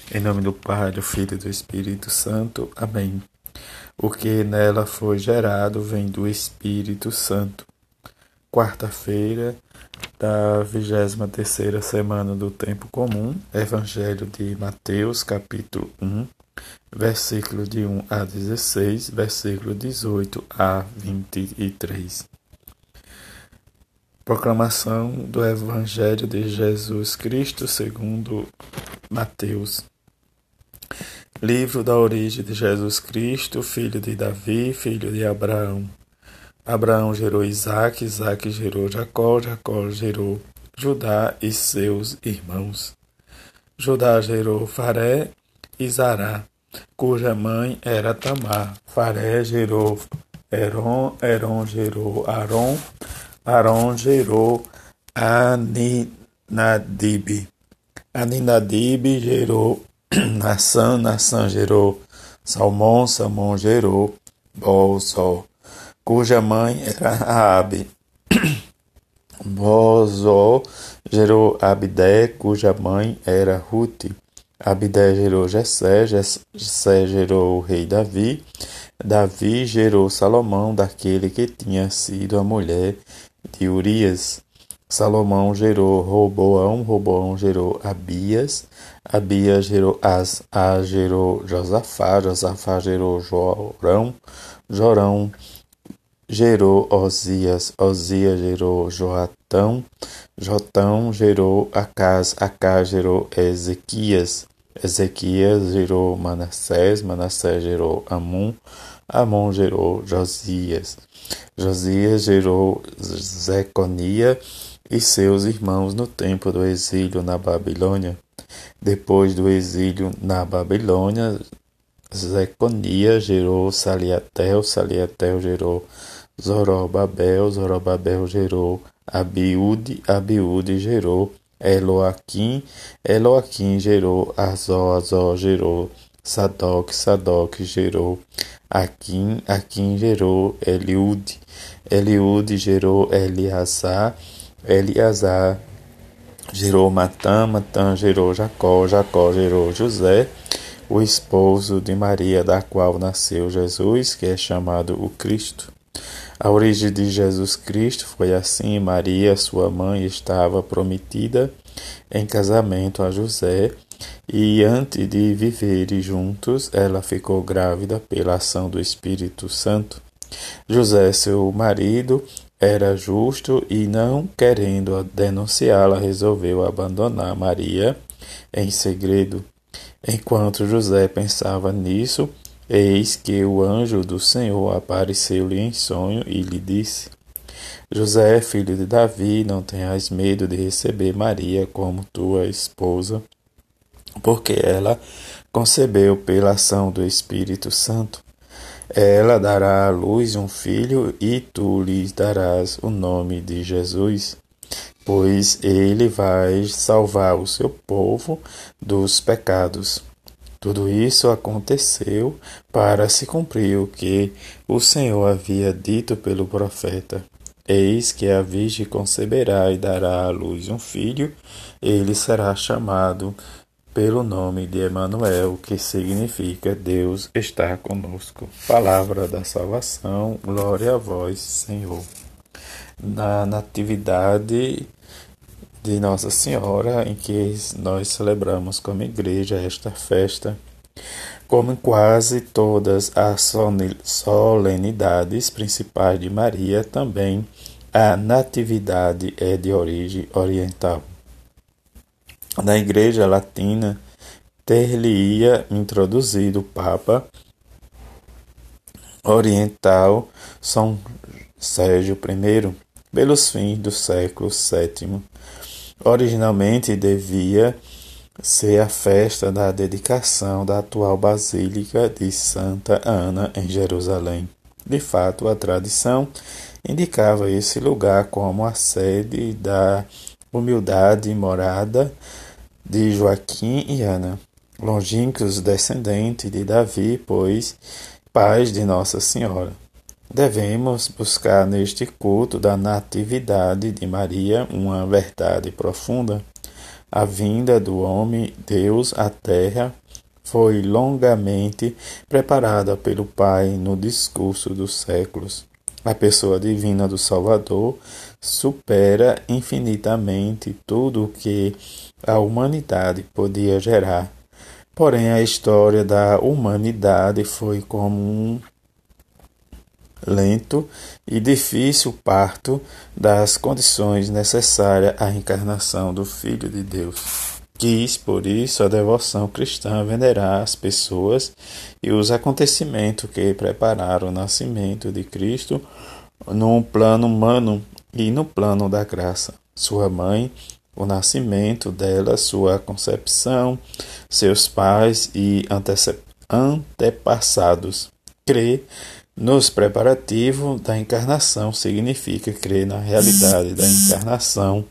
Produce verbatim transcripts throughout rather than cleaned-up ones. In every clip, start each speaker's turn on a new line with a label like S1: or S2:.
S1: Em nome do Pai, do Filho e do Espírito Santo. Amém. O que nela foi gerado vem do Espírito Santo. Quarta-feira da vigésima terceira semana do Tempo Comum, Evangelho de Mateus, capítulo um, versículo de um a dezesseis, versículo dezoito a vinte e três. Proclamação do Evangelho de Jesus Cristo segundo Mateus. Livro da origem de Jesus Cristo, filho de Davi, filho de Abraão. Abraão gerou Isaque, Isaque gerou Jacó, Jacó gerou Judá e seus irmãos. Judá gerou Faré e Zará, cuja mãe era Tamar. Faré gerou Heron, Heron gerou Arom, Arom gerou Aninadib. Aninadib gerou Nassã, Nassã gerou Salmão, Salmão gerou Bozó, cuja mãe era Raabe. Bozó gerou Abidé, cuja mãe era Rute. Abidé gerou Jessé, Jessé gerou o rei Davi. Davi gerou Salomão, daquele que tinha sido a mulher de Urias. Salomão gerou Roboão, Roboão gerou Abias, Abias gerou As, As gerou Josafá, Josafá gerou Jorão, Jorão gerou Osias, Osias gerou Joatão, Jotão gerou Acás, Acás gerou Ezequias, Ezequias gerou Manassés, Manassés gerou Amon, Amon gerou Josias, Josias gerou Zeconia e seus irmãos no tempo do exílio na Babilônia. Depois do exílio na Babilônia, Zeconia gerou Saliatel, Saliatel gerou Zorobabel, Zorobabel gerou Abiúde, Abiúde gerou Eloaquim, Eloaquim gerou Azó, Azó gerou Sadoc, Sadoc gerou Aquim, Aquim gerou Eliúde, Eliúde gerou Eleazar, Eleazar gerou Matã, Matã gerou Jacó, Jacó gerou José, o esposo de Maria, da qual nasceu Jesus, que é chamado o Cristo. A origem de Jesus Cristo foi assim: Maria, sua mãe, estava prometida em casamento a José, e antes de viverem juntos, ela ficou grávida pela ação do Espírito Santo. José, seu marido, era justo e, não querendo denunciá-la, resolveu abandonar Maria em segredo. Enquanto José pensava nisso, eis que o anjo do Senhor apareceu-lhe em sonho e lhe disse: José, filho de Davi, não tenhas medo de receber Maria como tua esposa, porque ela concebeu pela ação do Espírito Santo. Ela dará à luz um filho, e tu lhe darás o nome de Jesus, pois ele vai salvar o seu povo dos pecados. Tudo isso aconteceu para se cumprir o que o Senhor havia dito pelo profeta: Eis que a virgem conceberá e dará à luz um filho, ele será chamado pelo nome de Emanuel, que significa Deus está conosco. Palavra da salvação, glória a vós, Senhor. Na natividade de Nossa Senhora, em que nós celebramos como igreja esta festa, como em quase todas as solenidades principais de Maria, também a natividade é de origem oriental. Na Igreja Latina, ter-lhe-ia introduzido o Papa Oriental São Sérgio I, pelos fins do século sétimo. Originalmente devia ser a festa da dedicação da atual Basílica de Santa Ana, em Jerusalém. De fato, a tradição indicava esse lugar como a sede da humildade e morada de Joaquim e Ana, longínquos descendentes de Davi, pois pais de Nossa Senhora. Devemos buscar neste culto da natividade de Maria uma verdade profunda. A vinda do homem Deus à terra foi longamente preparada pelo Pai no discurso dos séculos. A pessoa divina do Salvador supera infinitamente tudo o que a humanidade podia gerar. Porém, a história da humanidade foi como um lento e difícil parto das condições necessárias à encarnação do Filho de Deus. Quis, por isso, a devoção cristã venerar as pessoas e os acontecimentos que prepararam o nascimento de Cristo no plano humano e no plano da graça. Sua mãe, o nascimento dela, sua concepção, seus pais e antepassados. Crer nos preparativos da encarnação significa crer na realidade da encarnação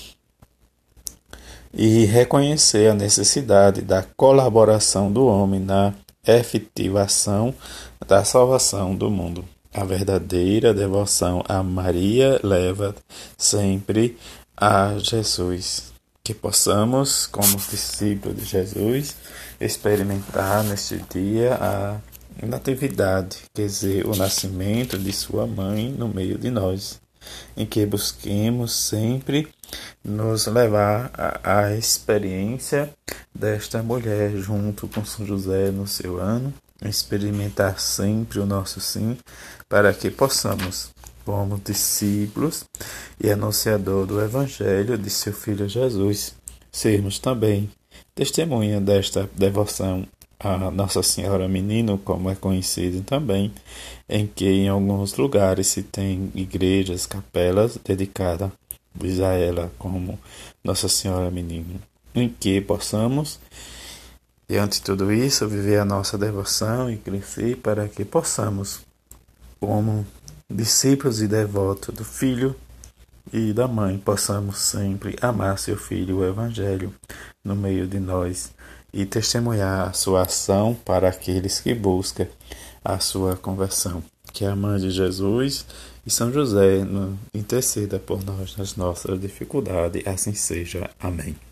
S1: e reconhecer a necessidade da colaboração do homem na efetivação da salvação do mundo. A verdadeira devoção a Maria leva sempre a Jesus. Que possamos, como discípulos de Jesus, experimentar neste dia a natividade, quer dizer, o nascimento de sua mãe no meio de nós, em que busquemos sempre nos levar à experiência desta mulher junto com São José no seu ano, experimentar sempre o nosso sim, para que possamos, como discípulos e anunciador do Evangelho de seu Filho Jesus, sermos também testemunha desta devoção a Nossa Senhora Menino, como é conhecido também, em que em alguns lugares se tem igrejas, capelas dedicadas a ela como Nossa Senhora Menino, em que possamos, diante de tudo isso, viver a nossa devoção e crescer para que possamos, como discípulos e devotos do Filho e da Mãe, possamos sempre amar seu Filho, o Evangelho, no meio de nós e testemunhar a sua ação para aqueles que buscam a sua conversão. Que a Mãe de Jesus e São José interceda por nós nas nossas dificuldades, assim seja. Amém.